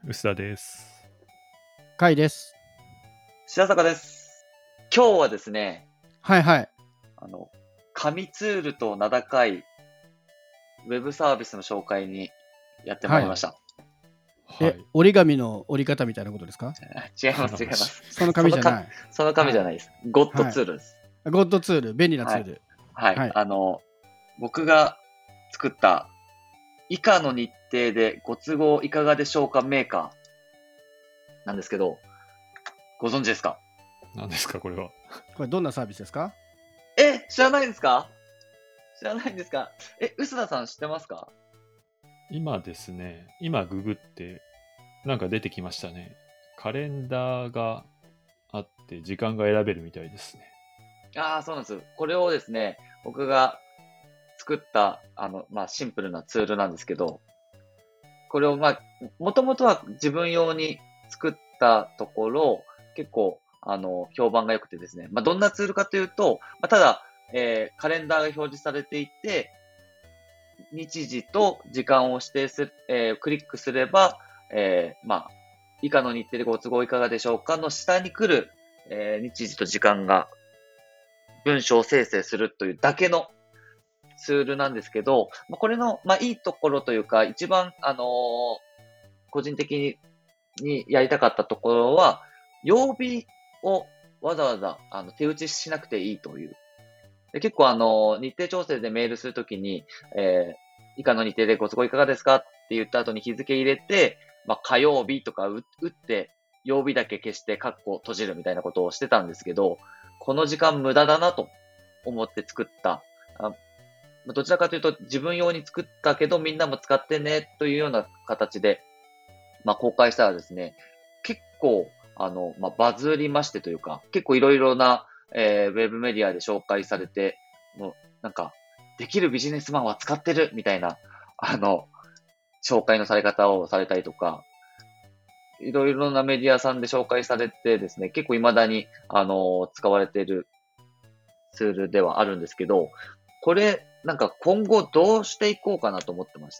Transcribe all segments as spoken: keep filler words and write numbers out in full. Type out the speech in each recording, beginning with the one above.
薄田です。 かいです。 白坂です。今日はですね、 はいはい。 あの、紙ツールと名高いウェブサービスの紹介にやってまいりました。 はい。 え、折り紙の折り方みたいなことですか？ 違います、違います。 その紙じゃない。 その紙じゃないです。ゴッドツールです。 ゴッドツール、便利なツール。 はい。 はい。 あの、僕が作った以下の日程でご都合いかがでしょうかメーカーなんですけど、ご存知ですか？ 何ですかこれは。 これどんなサービスですか？ え、知らないんですか？知らないんですか？え、臼田さん知ってますか？ 今ですね、今ググってなんか出てきましたね。カレンダーがあって時間が選べるみたいですね。 ああ、そうなんです。これをですね、僕が作った、あの、まあ、シンプルなツールなんですけど、これを、まあ、もともとは自分用に作ったところ、結構、あの、評判が良くてですね、まあ、どんなツールかというと、まあ、ただ、えーカレンダーが表示されていて、日時と時間を指定する、えークリックすれば、えーまあ、以下の日程でご都合いかがでしょうかの下に来る、えー日時と時間が文章を生成するというだけのツールなんですけど、まあ、これの、まあ、いいところというか、一番、あのー個人的ににやりたかったところは、曜日をわざわざあの手打ちしなくていいという。で結構あの、日程調整でメールするときに、えー、以下の日程でご都合いかがですかって言った後に日付入れて、まあ、火曜日とか打打って、曜日だけ消して、カッコ閉じるみたいなことをしてたんですけど、この時間無駄だなと思って作った、あどちらかというと自分用に作ったけどみんなも使ってねというような形で、まあ、公開したらですね、結構、あの、まあ、バズりましてというか、結構いろいろな、えーウェブメディアで紹介されて、もう、なんか、できるビジネスマンは使ってるみたいな、あの、紹介のされ方をされたりとか、いろいろなメディアさんで紹介されてですね、結構未だに、あの、使われているツールではあるんですけど、これ、なんか今後どうしていこうかなと思ってまして、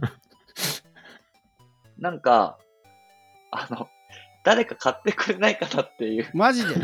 なんか、あの、誰か買ってくれないかなっていう。 マジで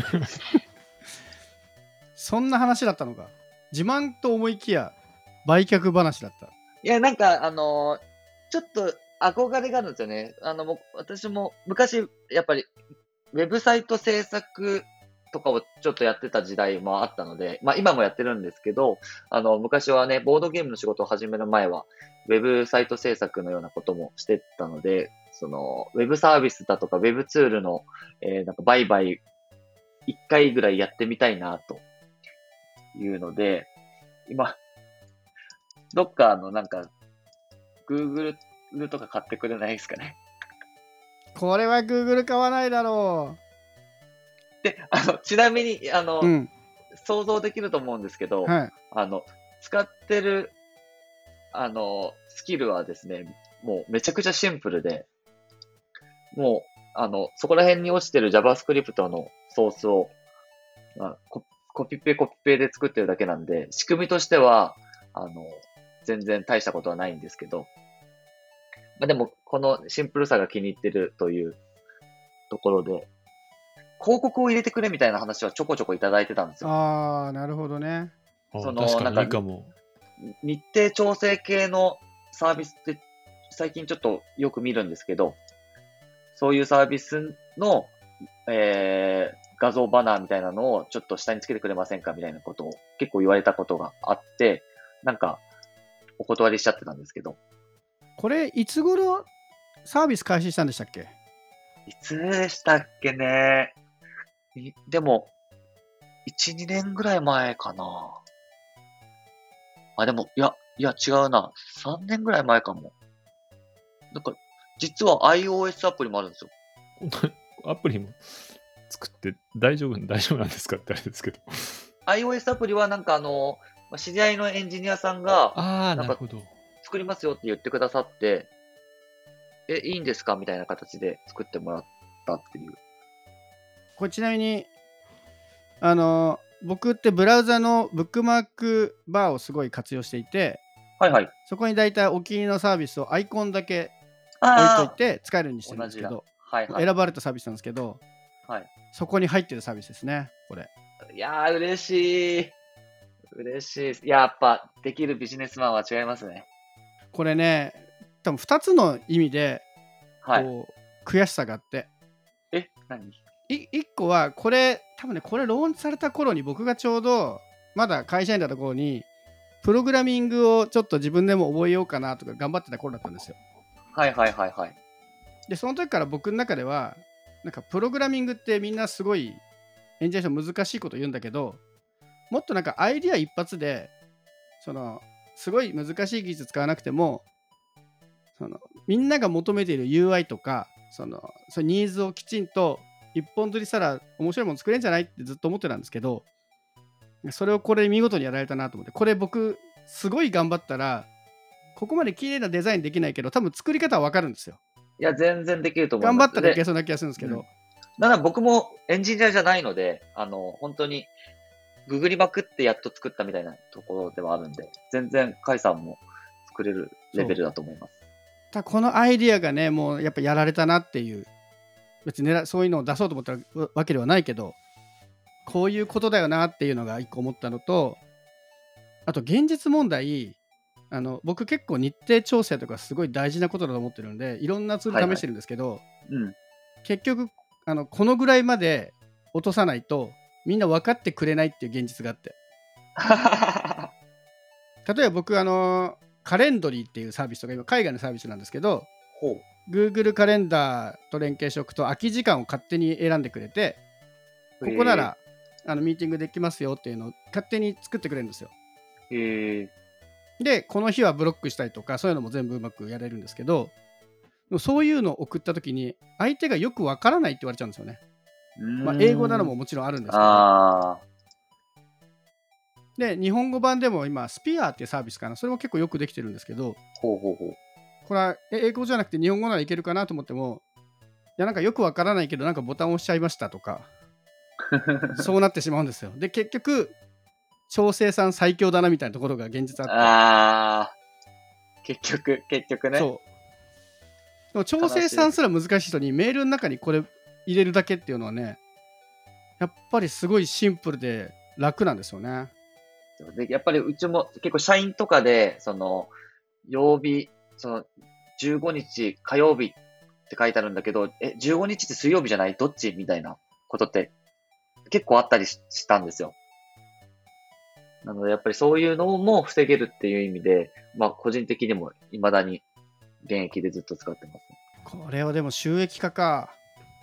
そんな話だったのか。自慢と思いきや売却話だった。 いや、なんか、あのーちょっと憧れがあるんですよね。あの、もう私も昔、やっぱり、ウェブサイト制作とかをちょっとやってた時代もあったので、まあ今もやってるんですけど、あの、昔はね、ボードゲームの仕事を始める前は、ウェブサイト制作のようなこともしてたので、その、ウェブサービスだとか、ウェブツールの、えーなんか売買、一回ぐらいやってみたいな、というので、今、どっかのなんか、Google とか買ってくれないですかね。 これは Google 買わないだろで、あの、ちなみに、あの、 う。うん。 想像できると思うんですけど、 はい。 あの、使ってる、あの、スキルはですね、もうめちゃくちゃシンプルで、もう、あの、そこら辺に落ちてる JavaScript のソースを、まあ、ココピペコピペで作ってるだけなんで、仕組みとしては、あの、全然大したことはないんですけど、まあ、でも、このシンプルさが気に入ってるというところで、広告を入れてくれみたいな話はちょこちょこいただいてたんですよ。 あー、なるほどね。 あその確かなんかにいいかも。 日程調整系のサービスって最近ちょっとよく見るんですけど、そういうサービスの、えー画像バナーみたいなのをちょっと下につけてくれませんかみたいなことを結構言われたことがあって、なんかお断りしちゃってたんですけど、 これいつ頃サービス開始したんでしたっけ？ いつでしたっけね。いでも、いち、にねんぐらい前かな。あ、でも、いや、いや違うな。さんねんぐらい前かも。なんか、実は iOS アプリもあるんですよ。 アプリも作って大丈夫大丈夫なんですかってあれですけど。 iOS アプリはなんかあの、まあ知り合いのエンジニアさんが、 ああ、 なんかなるほど。 作りますよって言ってくださって、え、いいんですかみたいな形で作ってもらったっていう。 これちなみにあの僕ってブラウザのブックマークバーをすごい活用していて、 はいはい。 そこにだいたいお気に入りのサービスをアイコンだけあ置いといて使えるようにしてるんですけ同じど、 はいはい。 選ばれたサービスなんですけど、 はい。 そこに入ってるサービスですね、これ。 いやー、嬉しい。嬉しいです。やっぱ、できるビジネスマンは違いますね。 これね、多分ふたつの意味ではい。 こう悔しさがあって、 え、何いいっこはこれ多分ね、これローンチされた頃に僕がちょうどまだ会社員だった頃にプログラミングをちょっと自分でも覚えようかなとか頑張ってた頃だったんですよ。 はいはいはいはい。 でその時から僕の中ではなんかプログラミングってみんなすごいエンジニアの人難しいこと言うんだけど、もっとなんかアイディア一発でそのすごい難しい技術使わなくてもそのみんなが求めている ユーアイ とかそのそのニーズをきちんと一本釣りしたら面白いもの作れるんじゃないってずっと思ってたんですけど、それをこれ見事にやられたなと思って、これ僕すごい頑張ったらここまで綺麗なデザインできないけど多分作り方は分かるんですよ。 いや、全然できると思い頑ます。 張ったらいけで、 そうな気がするんですけど、 うんなら僕もエンジニアじゃないので、あの、本当に、ググりまくってやっと作ったみたいなところではあるんで、全然、カイさんも作れるレベルだと思います。 ただこのアイディアがねもうやっぱやられたなっていう、別に狙そういうのを出そうと思ったわけではないけど、こういうことだよなっていうのが一個思ったのと、あと現実問題、あの僕結構日程調整とかすごい大事なことだと思ってるんでいろんなツール試してるんですけど、 うん。 結局あのこのぐらいまで落とさないとみんな分かってくれないっていう現実があって、例えば僕あのカレンドリーっていうサービスとか今海外のサービスなんですけど、 ほう。 Google カレンダーと連携しておくと空き時間を勝手に選んでくれて、ここならあのミーティングできますよっていうのを勝手に作ってくれるんですよ。 へー。 でこの日はブロックしたりとかそういうのも全部うまくやれるんですけど、でもそういうのを送った時に相手がよくわからないって言われちゃうんですよね。まあ、英語なのももちろんあるんですけど、 あで日本語版でも今スピアっていうサービスかな、それも結構よくできてるんですけど、 ー。ほうほうほう。 これはえ英語じゃなくて日本語ならいけるかなと思っても、いやなんかよくわからないけどなんかボタン押しちゃいましたとかそうなってしまうんですよ。で結局調整さん最強だなみたいなところが現実あって、 あー。結局、結局ね。 そうでも調整さんすら難しい人にメールの中にこれ入れるだけっていうのはね、やっぱりすごいシンプルで楽なんですよね。 でやっぱりうちも結構社員とかで、その、曜日、その、じゅうごにち火曜日って書いてあるんだけど、え、じゅうごにちって水曜日じゃないどっちみたいなことって結構あったりししたんですよ。なのでやっぱりそういうのも防げるっていう意味で、まあ個人的にも未だに現役でずっと使ってますね。 これはでも収益化か。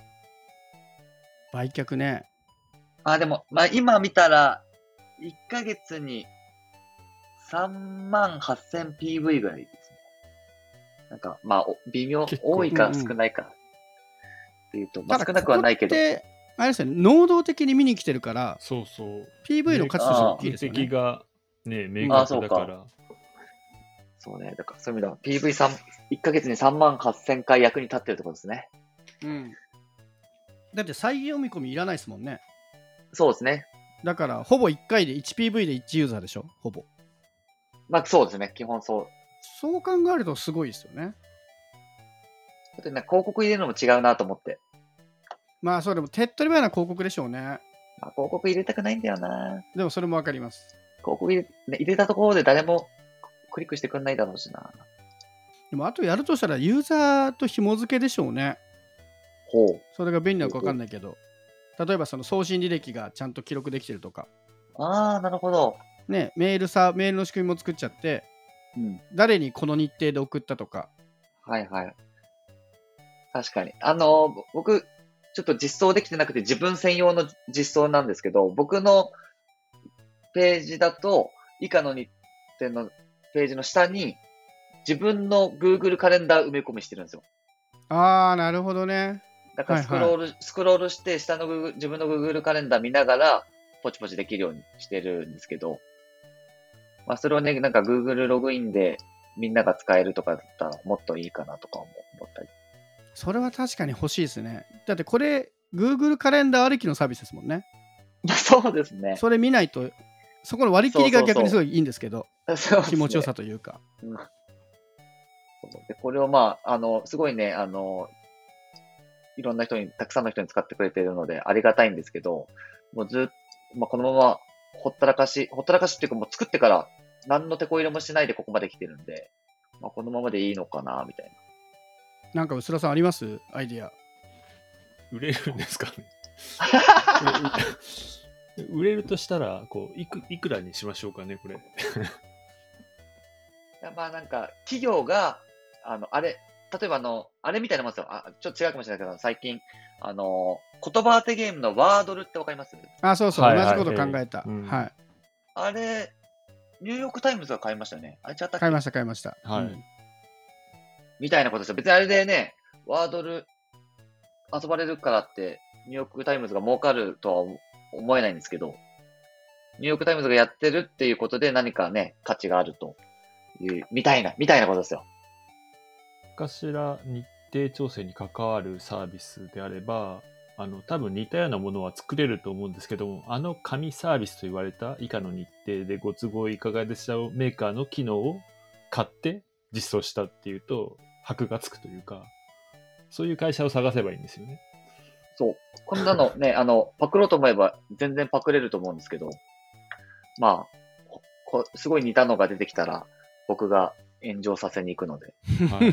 売却ね。 あ、でも、まあ今見たら、いっかげつにさんまんはっせんピーブイ ぐらいですね。なんか、まあ、お微妙、 結構多いかうんうん少ないかっていうと、まあただ少なくはないけどここっ、てあれですよね、能動的に見に来てるからそうそうピーブイ の価値として大きいですよね。 目的がね明あそうか確だからそうね、だからそういう意味では ピーブイさん、いっかげつにさんまんはっせんかい役に立ってるところですね。 うん、だって再読み込みいらないですもんね。 そうですね。 だからほぼいっかいで いちピーブイ でいちユーザーでしょ、ほぼ。 まあそうですね、基本そう。 そう考えるとすごいですよね。 ちょっとね、広告入れるのも違うなと思って。 まあそうでも手っ取り早いな広告でしょうね。 まあ、広告入れたくないんだよな。 でもそれもわかります。 広告入れ、ね、入れたところで誰もクリックしてくんないだろうしな。 でもあとやるとしたらユーザーと紐付けでしょうね。 ほう。 それが便利なのかわかんないけど、例えばその送信履歴がちゃんと記録できてるとかああ、なるほど。 ね、メールさメールの仕組みも作っちゃってうん。 誰にこの日程で送ったとか。 はいはい。確かに。あの、僕、ちょっと実装できてなくて自分専用の実装なんですけど、僕のページだと、以下の日程のページの下に、自分の Google カレンダー埋め込みしてるんですよ。 ああなるほどね。 だからスクロール、はいはい、スクロールして下の Google、自分の Google カレンダー見ながら、ポチポチできるようにしてるんですけど、まあそれをね、なんか Google ログインでみんなが使えるとかだったらもっといいかなとか思ったり。 それは確かに欲しいですね。だってこれ Google カレンダーありきのサービスですもんね。 そうですね。 それ見ないと、そこの割り切りが逆にすごいいいんですけど、 そうそうそう、 気持ちよさというか。 うん、 で、これをまあ、あの、すごいね、あの、いろんな人に、たくさんの人に使ってくれているので、ありがたいんですけど、もうずっと、まあ、このまま、ほったらかし、ほったらかしっていうかもう作ってから、何の手こ入れもしないでここまで来てるんで、まあ、このままでいいのかな、みたいな。 なんか薄田さんありますアイディア。 売れるんですかね。売れるとしたら、こう、いく、いくらにしましょうかね、これ。 いやまあなんか、企業が、あの、あれ、例えばあの、あれみたいなもんですよ。あ、ちょっと違うかもしれないけど、最近、あの、言葉当てゲームのワードルってわかります？ あ、そうそう、 はいはい同じこと考えた。 はいうんはい。 あれ、ニューヨークタイムズが買いましたよね。あれ違ったっけ？ 買いました、買いました。 はいうんみたいなことですよ。別にあれでね、ワードル遊ばれるからって、ニューヨークタイムズが儲かるとは思思えないんですけど、ニューヨークタイムズがやってるっていうことで何かね、価値があるという、みたいな、みたいなことですよ。 かしら日程調整に関わるサービスであれば、あの、多分似たようなものは作れると思うんですけども、あの紙サービスと言われた以下の日程でご都合いかがでしょうメーカーの機能を買って実装したっていうと、箔がつくというか、そういう会社を探せばいいんですよね。 そう。こんなのね、あの、パクろうと思えば全然パクれると思うんですけど、まあ、ここすごい似たのが出てきたら、僕が炎上させに行くので。 はい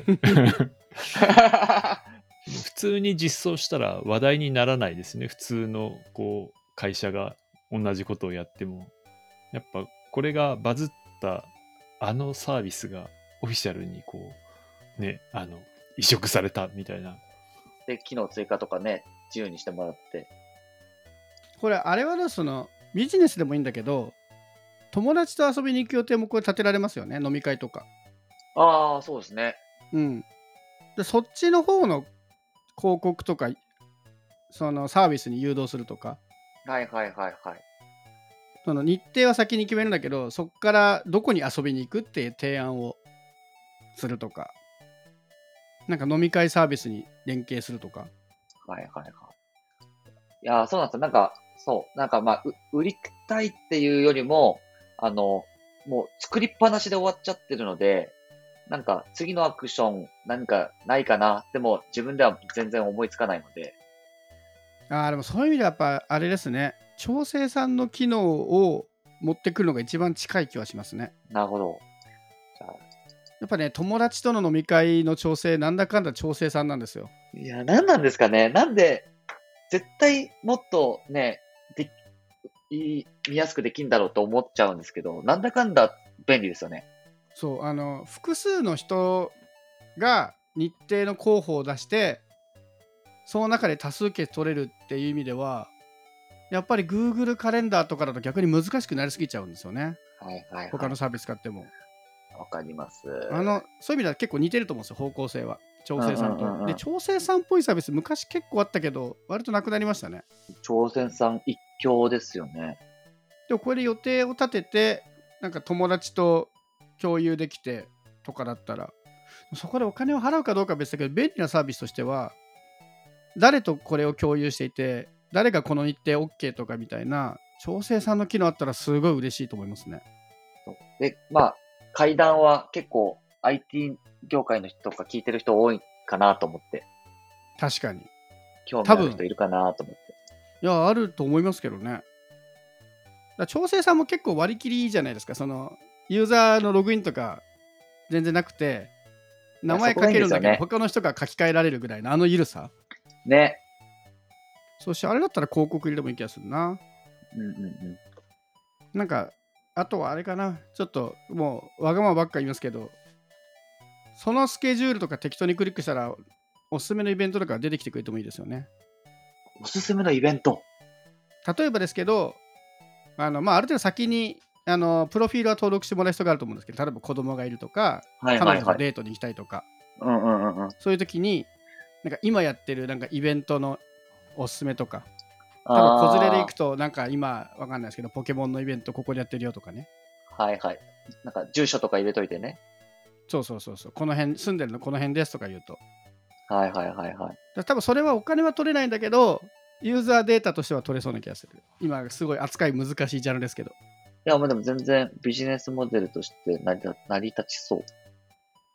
普通に実装したら話題にならないですね。普通のこう会社が同じことをやっても。やっぱこれがバズったあのサービスがオフィシャルにこうね、あの移植されたみたいな。 で、機能追加とかね、自由にしてもらって。 これ、あれはね、その、ビジネスでもいいんだけど、友達と遊びに行く予定もこれ立てられますよね。飲み会とか。 ああ、そうですね。 うん。で、そっちの方の広告とか、そのサービスに誘導するとか、 はいはいはいはい。 その日程は先に決めるんだけど、そこからどこに遊びに行くっていう提案をするとか、なんか飲み会サービスに連携するとか。 はいはいはい。いやー、そうなんですよ。なんか、そう。なんかまあ、う売りたいっていうよりも、あの、もう作りっぱなしで終わっちゃってるので、なんか次のアクション何かないかな。でも自分では全然思いつかないので。 ああ、でもそういう意味ではやっぱあれですね。調整さんの機能を持ってくるのが一番近い気はしますね。 なるほど。じゃあやっぱね、友達との飲み会の調整、なんだかんだ調整さんなんですよ。 いや、何なんですかね。なんで、絶対もっとね、でいい見やすくできるんだろうと思っちゃうんですけど、なんだかんだ便利ですよね。 そう、あの、複数の人が日程の候補を出して、その中で多数決取れるっていう意味では、やっぱり Google カレンダーとかだと逆に難しくなりすぎちゃうんですよね。 はいはいはい。 他のサービス使っても。 わかります。 あの、そういう意味では結構似てると思うんですよ、方向性は。調整さんと。 うんうんうんうんで、調整さんっぽいサービス、昔結構あったけど、割となくなりましたね。 朝鮮さん一強ですよね。 でもこれで予定を立てて、なんか友達と共有できてとかだったら、そこでお金を払うかどうかは別だけど、便利なサービスとしては、誰とこれを共有していて、誰がこの日程 OK とかみたいな、調整さんの機能あったらすごい嬉しいと思いますね。 そうで、まあ、会談は結構 アイティー 業界の人とか聞いてる人多いかなと思って、 確かに。い興味ある人いるかなと思って。 や、あると思いますけどね。だから調整さんも結構割り切りいいじゃないですか。そのユーザーのログインとか全然なくて、名前書けるんだけど、 そこがいいんですよね他の人が書き換えられるぐらいのあのゆるさ。 ね。 そしてあれだったら広告入れてもいい気がするな。 うんうんうん。 なんか、あとはあれかな。ちょっともうわがままばっか言いますけど、そのスケジュールとか適当にクリックしたら、おすすめのイベントとか出てきてくれてもいいですよね。 おすすめのイベント。 例えばですけど、あのまあ、ある程度先にあのプロフィールは登録してもらう人があると思うんですけど、例えば子供がいるとか、 はい彼はいはい。 女とデートに行きたいとか、 うんうんうんうん。 そういう時に、なんか今やってるなんかイベントのおすすめとか、多分子連れで行くと、なんか今わかんないですけど、ポケモンのイベントここでやってるよとかね。 はいはい。なんか住所とか入れといてね。 そうそうそうそう、この辺、住んでるのこの辺ですとか言うと。 はいはいはいはい。 だから多分それはお金は取れないんだけど、ユーザーデータとしては取れそうな気がする。今すごい扱い難しいジャンルですけど。 いや、もうでも全然ビジネスモデルとして成り立成り立ちそう。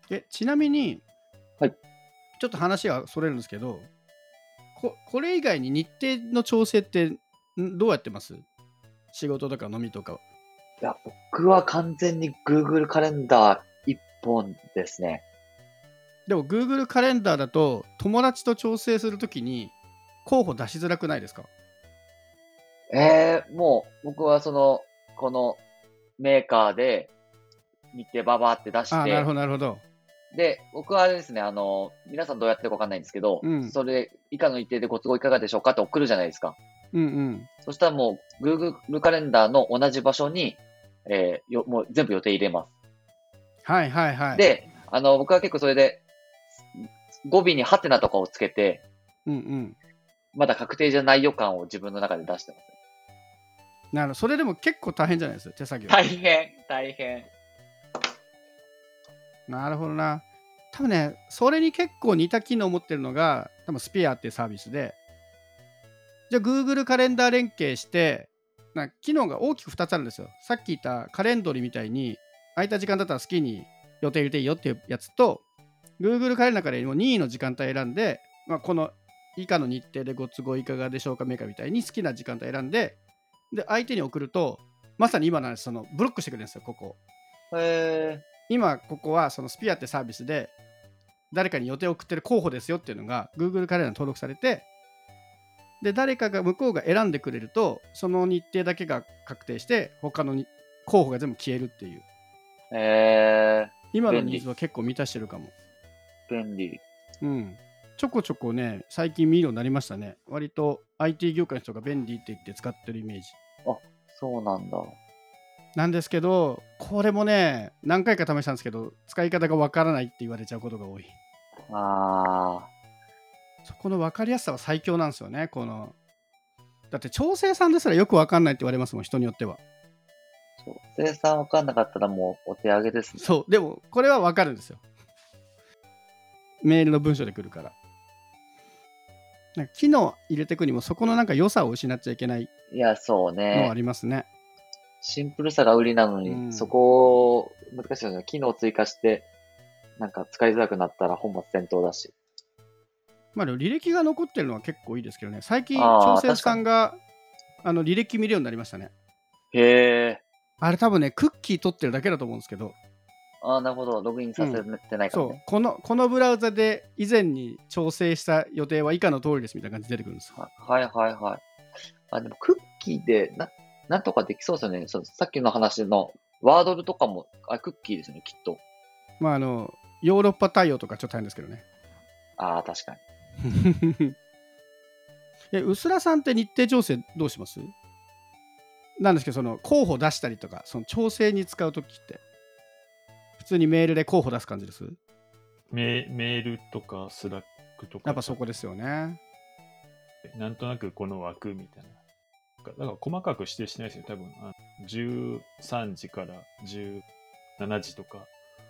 え、ちなみに、 はい。 ちょっと話がそれるんですけど、ここれ以外に日程の調整ってんどうやってます？仕事とか飲みとか。 いや、僕は完全に Google カレンダー一本ですね。 でも Google カレンダーだと友達と調整するときに候補出しづらくないですか？ えー、もう僕はその、このメーカーで日程ババーって出しああ、なるほて、 どなるほど。 で、僕はあれですね、あの、皆さんどうやってるかわかんないんですけど、 うんそれ以下の日程でご都合いかがでしょうかって送るじゃないですか。 うんうん。 そしたらもう Google カレンダーの同じ場所に、えーよ、もう全部予定入れます。 はいはいはい。 で、あの、僕は結構それで、語尾にハテナとかをつけて、 うんうん。 まだ確定じゃない予感を自分の中で出してます。 なるほど。それでも結構大変じゃないですか、手作業。 大変、大変。 なるほどな。多分ね、それに結構似た機能を持ってるのが、多分スペアっていうサービスで、じゃあ Google カレンダー連携して、な機能が大きくふたつあるんですよ。さっき言ったカレンドリみたいに、空いた時間だったら好きに予定入れていいよっていうやつと、Google カレンダーからも任意の時間帯選んで、まあ、この以下の日程でご都合いかがでしょうかメーカーみたいに好きな時間帯選んで、で、相手に送ると、まさに今の話、そのブロックしてくれるんですよ、ここ。 へ今、ここはそのスピアってサービスで、誰かに予定を送ってる候補ですよっていうのが Google カレンダーに登録されて、で、誰かが向こうが選んでくれると、その日程だけが確定して、他のに候補が全部消えるっていう。 ー、へ今の便利ニーズは結構満たしてるかも。 ー、便利。 うん。ちょこちょこね、最近見るようになりましたね。割と アイティー 業界の人が便利って言って使ってるイメージ。 あ、そうなんだ。 なんですけど、これもね、何回か試したんですけど、使い方がわからないって言われちゃうことが多い。 あそこの分かりやすさは最強なんですよね。このだって調整さんですらよく分かんないって言われますもん、人によっては。 ー、そう。生産わかんなかったらもうお手上げですね。 そう、でもこれは分かるんですよ。メールの文章で来るから。なんか機能入れてくにもそこのなんか良さを失っちゃいけないいや、そうのはあね。 りますね。 シンプルさが売りなのに、 うんそこを、難しいよね。機能追加して、なんか使いづらくなったら本末転倒だし。 まあでも履歴が残ってるのは結構いいですけどね。最近調ああ、 整確かに。 さんがあの履歴見るようになりましたね。 へえ。 あれ多分ね、クッキー取ってるだけだと思うんですけど、 ああ、なるほど。ログインさせてないからそうね。 この、このブラウザで以前に調整した予定は以下の通りですみたいな感じで出てくるんですよ。 ははいはいはい。あ、でもクッキーで、な、なんとかできそうですよね。そのさっきの話のワードルとかも、あ、クッキーですよね、きっと。 まああの、ヨーロッパ対応とかちょっと大変ですけどね。 ああ、確かに。 え、薄らさんって日程調整どうします？なんですけど、その候補出したりとか、その調整に使うときって、普通にメールで候補出す感じです？ メメールとかスラックとか、 やっぱそこですよね。 なんとなくこの枠みたいな。だから細かく指定しないですよ。多分あじゅうさんじからじゅうしちじとか、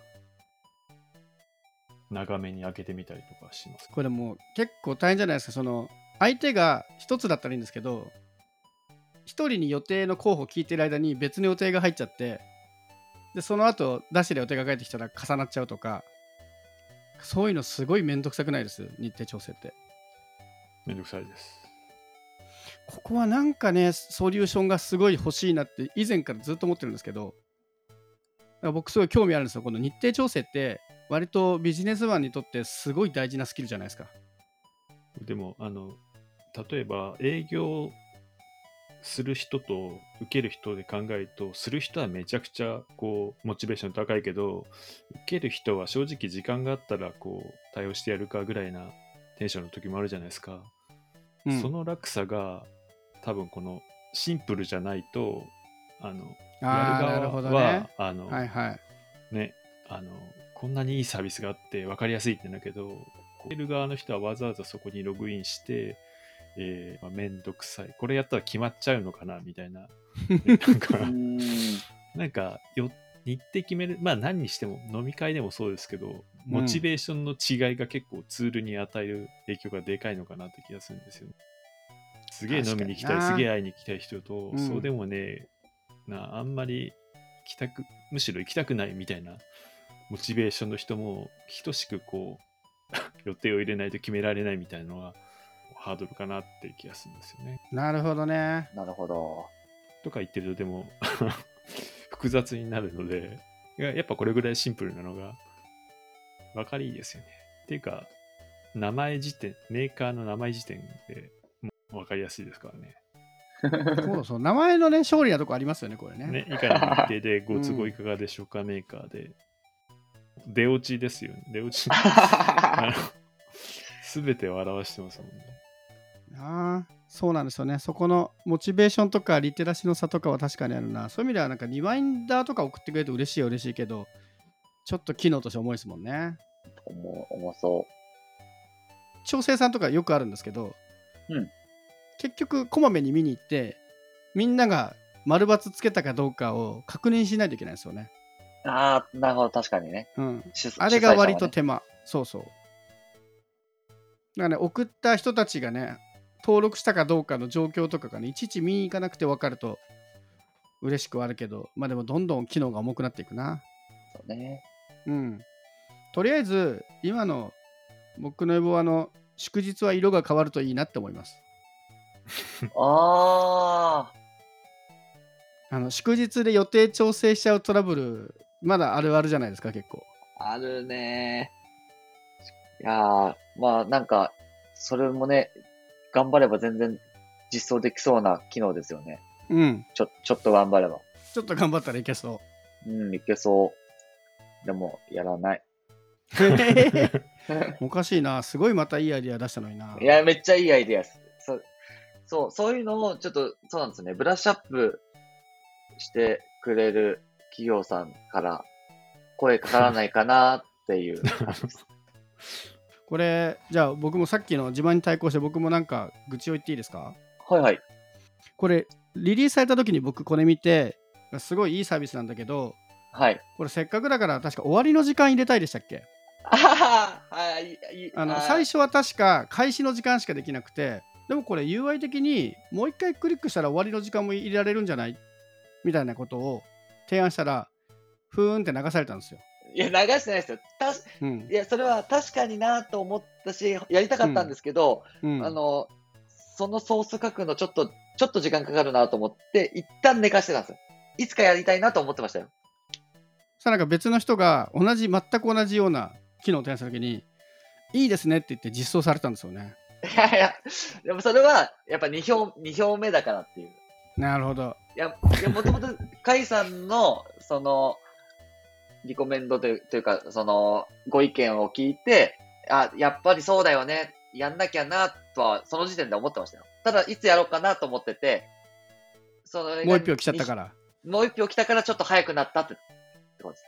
長めに開けてみたりとかします。 これもう結構大変じゃないですか。その相手が一つだったらいいんですけど、一人に予定の候補聞いてる間に別の予定が入っちゃって、でその後出してる予定が返ってきたら重なっちゃうとか、そういうのすごいめんどくさくないです？日程調整って。 めんどくさいです。 ここはなんかね、ソリューションがすごい欲しいなって以前からずっと思ってるんですけど、だから僕すごい興味あるんですよ。この日程調整って割とビジネスマンにとってすごい大事なスキルじゃないですか。 でも、あの、例えば営業する人と受ける人で考えると、する人はめちゃくちゃこうモチベーション高いけど、受ける人は正直時間があったらこう対応してやるかぐらいなテンションの時もあるじゃないですか。 うん、 その落差が多分このシンプルじゃないと、あのあーなやるるほど側は、 ね。 あの、 はいはい。 ね、あのこんなにいいサービスがあって分かりやすいって言うんだけど、受ける側の人はわざわざそこにログインして、えーまあ、めんどくさい。これやったら決まっちゃうのかなみたいな。なんかうーん。 なんかよ日程決める、まあ何にしても飲み会でもそうですけど、モチベーションの違いが結構ツールに与える影響がでかいのかなって気がするんですよね。すげえ飲みに行きたい、すげえ会いに行きたい人と、 うんそうでもねな、あんまり来たく、むしろ行きたくないみたいなモチベーションの人も等しくこう予定を入れないと決められないみたいなのはハードルかなっていう気がするんですよね。 なるほどね。 なるほど。 とか言ってるとでも複雑になるので、ややっぱこれぐらいシンプルなのが分かりいいですよね。っていうか名前辞典、メーカーの名前辞典でもう分かりやすいですからね。 そうそう、名前のね、勝利なとこありますよね、これね。 ね、以下の日程でご都合いかがでしょうか、メーカーで。出落ちですよね。出落ち。すべてを表してますもんね。 ああ、そうなんですよね。そこのモチベーションとかリテラシーの差とかは確かにあるな。そういう意味ではなんかリマインダーとか送ってくれると嬉しいは嬉しいけど、ちょっと機能として重いですもんね。 重重そ調整さんとかよくあるんですけど、 う。うん。 結局こまめに見に行ってみんなが丸×つけたかどうかを確認しないといけないですよね。 ああ、なるほど、確かにね。 うん、 主あれが割と主催者はね手間。そうそう。だからね、送った人たちがね、登録したかどうかの状況とかがね、いちいち見に行かなくて分かると嬉しくはあるけど、まあでもどんどん機能が重くなっていくな。 そうね。 うん。とりあえず、今の僕の予防はあの、祝日は色が変わるといいなって思います。 ああ、 あの祝日で予定調整しちゃうトラブル、まだあるあるじゃないですか、結構。 あるね。いやー、まあなんか、それもね、頑張れば全然実装できそうな機能ですよね。 うん。 ちょ、ちょっと頑張れば。 ちょっと頑張ったらいけそうん、いけそう。でも、やらない。 う。おかしいな。すごいまたいいアイディア出したのにな。 いや、めっちゃいいアイディアです。そそう、そういうのをちょっと、そうなんですよね。ブラッシュアップしてくれる企業さんから声かからないかなっていう感じです。 これ、じゃあ僕もさっきの自慢に対抗して僕もなんか愚痴を言っていいですか？ はいはい。 これ、リリースされた時に僕これ見て、すごいいいサービスなんだけど、 はい。 これせっかくだから確か終わりの時間入れたいでしたっけ？ あはははいいいあのあ最初は確か開始の時間しかできなくて、でもこれ ユーアイ 的にもう一回クリックしたら終わりの時間も入れられるんじゃないみたいなことを提案したら、ふーんって流されたんですよ。 いや、流してないですよ。たしうんいや、それは確かになと思ったし、やりたかったんですけど、 うんあの、そのソース書くのちょっと、ちょっと時間かかるなと思って、一旦寝かしてたんですよ。いつかやりたいなと思ってましたよ。 そしたらなんか別の人が同じ全く同じような機能を提案した時にいいですねって言って実装されたんですよね。 いやいや、でもそれは、やっぱに票、に票目だからっていう。 なるほど。 いや、いやもともと、カイさんの、その、リコメンドというというか、その、ご意見を聞いて、あ、やっぱりそうだよね、やんなきゃな、とは、その時点で思ってましたよ。ただ、いつやろうかなと思ってて、そのもう一票来ちゃったから。 もう一票来たからちょっと早くなったって、ってことです。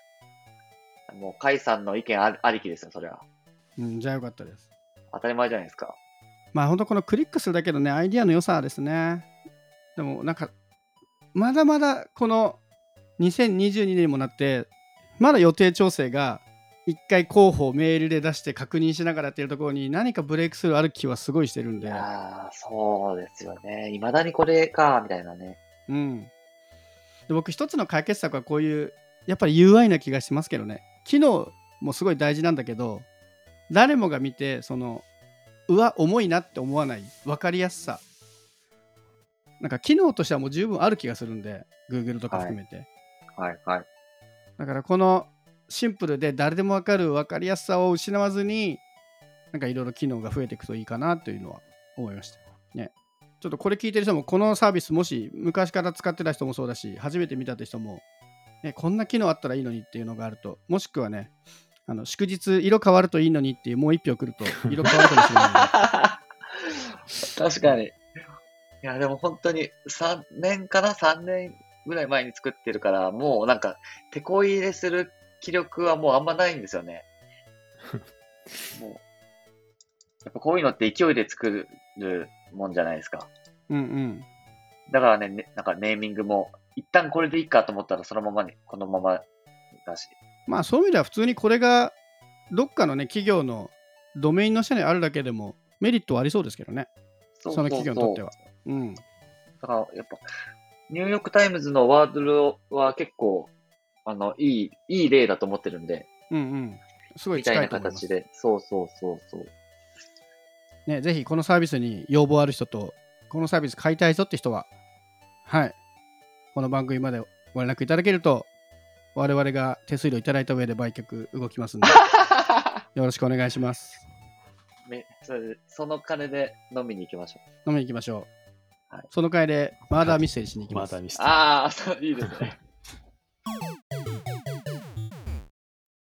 もう、カイさんの意見ありありきですよ、それは。 うん、じゃあよかったです。 当たり前じゃないですか。 まあ本当このクリックするだけのねアイディアの良さですね。でもなんかまだまだこのにせんにじゅうにねんにもなってまだ予定調整が一回候補をメールで出して確認しながらやってるところに何かブレイクスルーある気はすごいしてるんで。 ああ、そうですよね。未だにこれか、みたいなね。 うん。で僕一つの解決策はこういうやっぱり ユーアイ な気がしますけどね。機能もすごい大事なんだけど、誰もが見てそのうわ重いなって思わない分かりやすさ、なんか機能としてはもう十分ある気がするんで Google とか含めて、 はい、はい。 だからこのシンプルで誰でも分かる分かりやすさを失わずになんかいろいろ機能が増えていくといいかなというのは思いましたね。ちょっとこれ聞いてる人もこのサービスもし昔から使ってた人もそうだし初めて見たって人も、ね、こんな機能あったらいいのにっていうのがあると、もしくはねあの祝日色変わるといいのにっていうもう一票来ると色変わるかもしれないんで確かに。いや、でも本当にさんねんかな ?さん 年ぐらい前に作ってるから、もうなんか、手こ入れする気力はもうあんまないんですよね。もう、やっぱこういうのって勢いで作るもんじゃないですか。 うんうんだからね、ねなんかネーミングも、一旦これでいいかと思ったらそのままに、このままだし。 まあそういう意味では普通にこれがどっかのね企業のドメインの下にあるだけでもメリットはありそうですけどね、 そその企業にとっては。うん。 だからやっぱ、ニューヨークタイムズのワードルは結構、あの、いい、いい例だと思ってるんで、 うんうんすごいみたいな近いと思います形で。そうそうそうそう。 ね、ぜひこのサービスに要望ある人とこのサービス買いたいぞって人ははいこの番組までご連絡いただけると我々が手数料いただいた上で売却動きますんでよろしくお願いします。 めそれでその金で飲みに行きましょう。 飲みに行きましょう、 はい、 その回でマーダーミステリーしに行きます。 マーダーミステリー。 ああ、そういいですね。